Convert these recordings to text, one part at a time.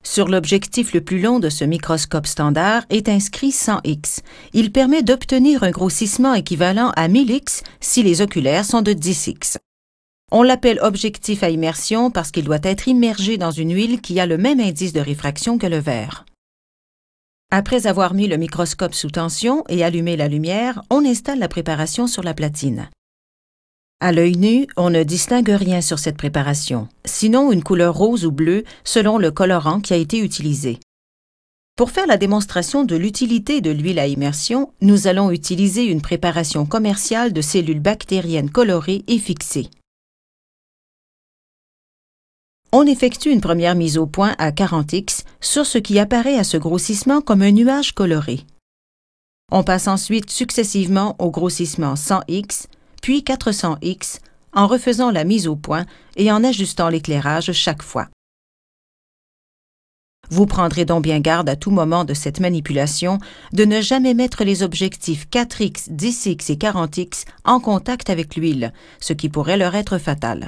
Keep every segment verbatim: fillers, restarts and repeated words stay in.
Sur l'objectif le plus long de ce microscope standard est inscrit cent X. Il permet d'obtenir un grossissement équivalent à mille X si les oculaires sont de dix X. On l'appelle objectif à immersion parce qu'il doit être immergé dans une huile qui a le même indice de réfraction que le verre. Après avoir mis le microscope sous tension et allumé la lumière, on installe la préparation sur la platine. À l'œil nu, on ne distingue rien sur cette préparation, sinon une couleur rose ou bleue selon le colorant qui a été utilisé. Pour faire la démonstration de l'utilité de l'huile à immersion, nous allons utiliser une préparation commerciale de cellules bactériennes colorées et fixées. On effectue une première mise au point à quarante X sur ce qui apparaît à ce grossissement comme un nuage coloré. On passe ensuite successivement au grossissement cent X, puis quatre cents X, en refaisant la mise au point et en ajustant l'éclairage chaque fois. Vous prendrez donc bien garde à tout moment de cette manipulation de ne jamais mettre les objectifs quatre X, dix X et quarante X en contact avec l'huile, ce qui pourrait leur être fatal.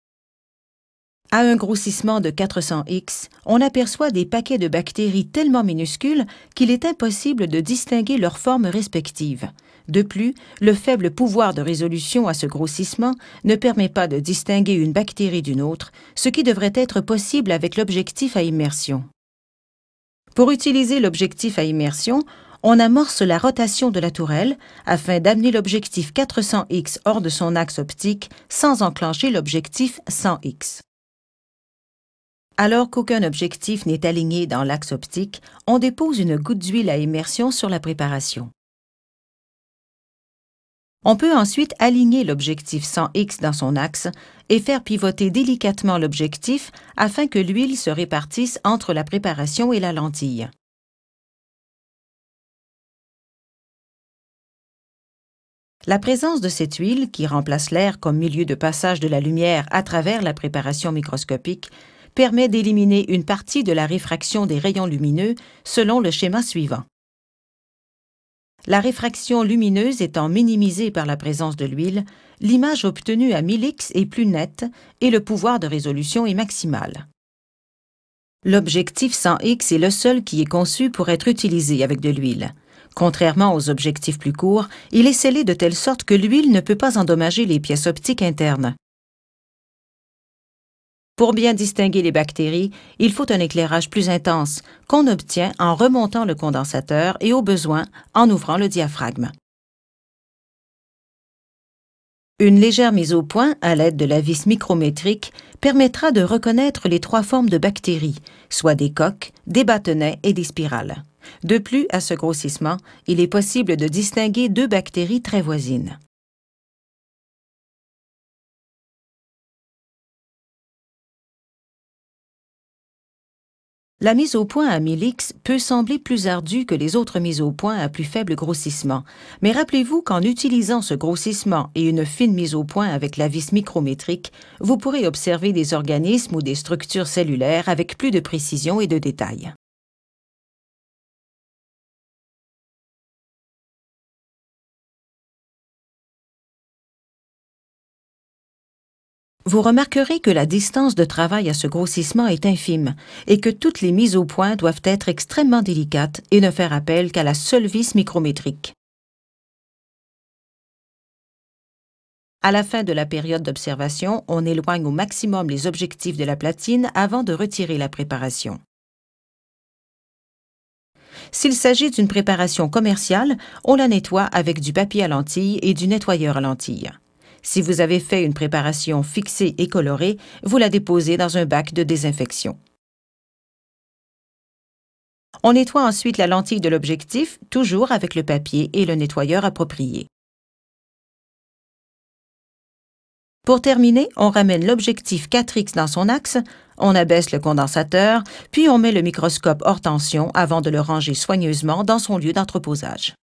À un grossissement de quatre cents X, on aperçoit des paquets de bactéries tellement minuscules qu'il est impossible de distinguer leurs formes respectives. De plus, le faible pouvoir de résolution à ce grossissement ne permet pas de distinguer une bactérie d'une autre, ce qui devrait être possible avec l'objectif à immersion. Pour utiliser l'objectif à immersion, on amorce la rotation de la tourelle afin d'amener l'objectif quatre cents X hors de son axe optique sans enclencher l'objectif cent X. Alors qu'aucun objectif n'est aligné dans l'axe optique, on dépose une goutte d'huile à immersion sur la préparation. On peut ensuite aligner l'objectif cent X dans son axe et faire pivoter délicatement l'objectif afin que l'huile se répartisse entre la préparation et la lentille. La présence de cette huile, qui remplace l'air comme milieu de passage de la lumière à travers la préparation microscopique, permet d'éliminer une partie de la réfraction des rayons lumineux selon le schéma suivant. La réfraction lumineuse étant minimisée par la présence de l'huile, l'image obtenue à mille X est plus nette et le pouvoir de résolution est maximal. L'objectif cent X est le seul qui est conçu pour être utilisé avec de l'huile. Contrairement aux objectifs plus courts, il est scellé de telle sorte que l'huile ne peut pas endommager les pièces optiques internes. Pour bien distinguer les bactéries, il faut un éclairage plus intense, qu'on obtient en remontant le condensateur et au besoin en ouvrant le diaphragme. Une légère mise au point à l'aide de la vis micrométrique permettra de reconnaître les trois formes de bactéries, soit des coques, des bâtonnets et des spirales. De plus, à ce grossissement, il est possible de distinguer deux bactéries très voisines. La mise au point à mille X peut sembler plus ardue que les autres mises au point à plus faible grossissement, mais rappelez-vous qu'en utilisant ce grossissement et une fine mise au point avec la vis micrométrique, vous pourrez observer des organismes ou des structures cellulaires avec plus de précision et de détails. Vous remarquerez que la distance de travail à ce grossissement est infime et que toutes les mises au point doivent être extrêmement délicates et ne faire appel qu'à la seule vis micrométrique. À la fin de la période d'observation, on éloigne au maximum les objectifs de la platine avant de retirer la préparation. S'il s'agit d'une préparation commerciale, on la nettoie avec du papier à lentilles et du nettoyeur à lentilles. Si vous avez fait une préparation fixée et colorée, vous la déposez dans un bac de désinfection. On nettoie ensuite la lentille de l'objectif, toujours avec le papier et le nettoyeur approprié. Pour terminer, on ramène l'objectif quatre X dans son axe, on abaisse le condensateur, puis on met le microscope hors tension avant de le ranger soigneusement dans son lieu d'entreposage.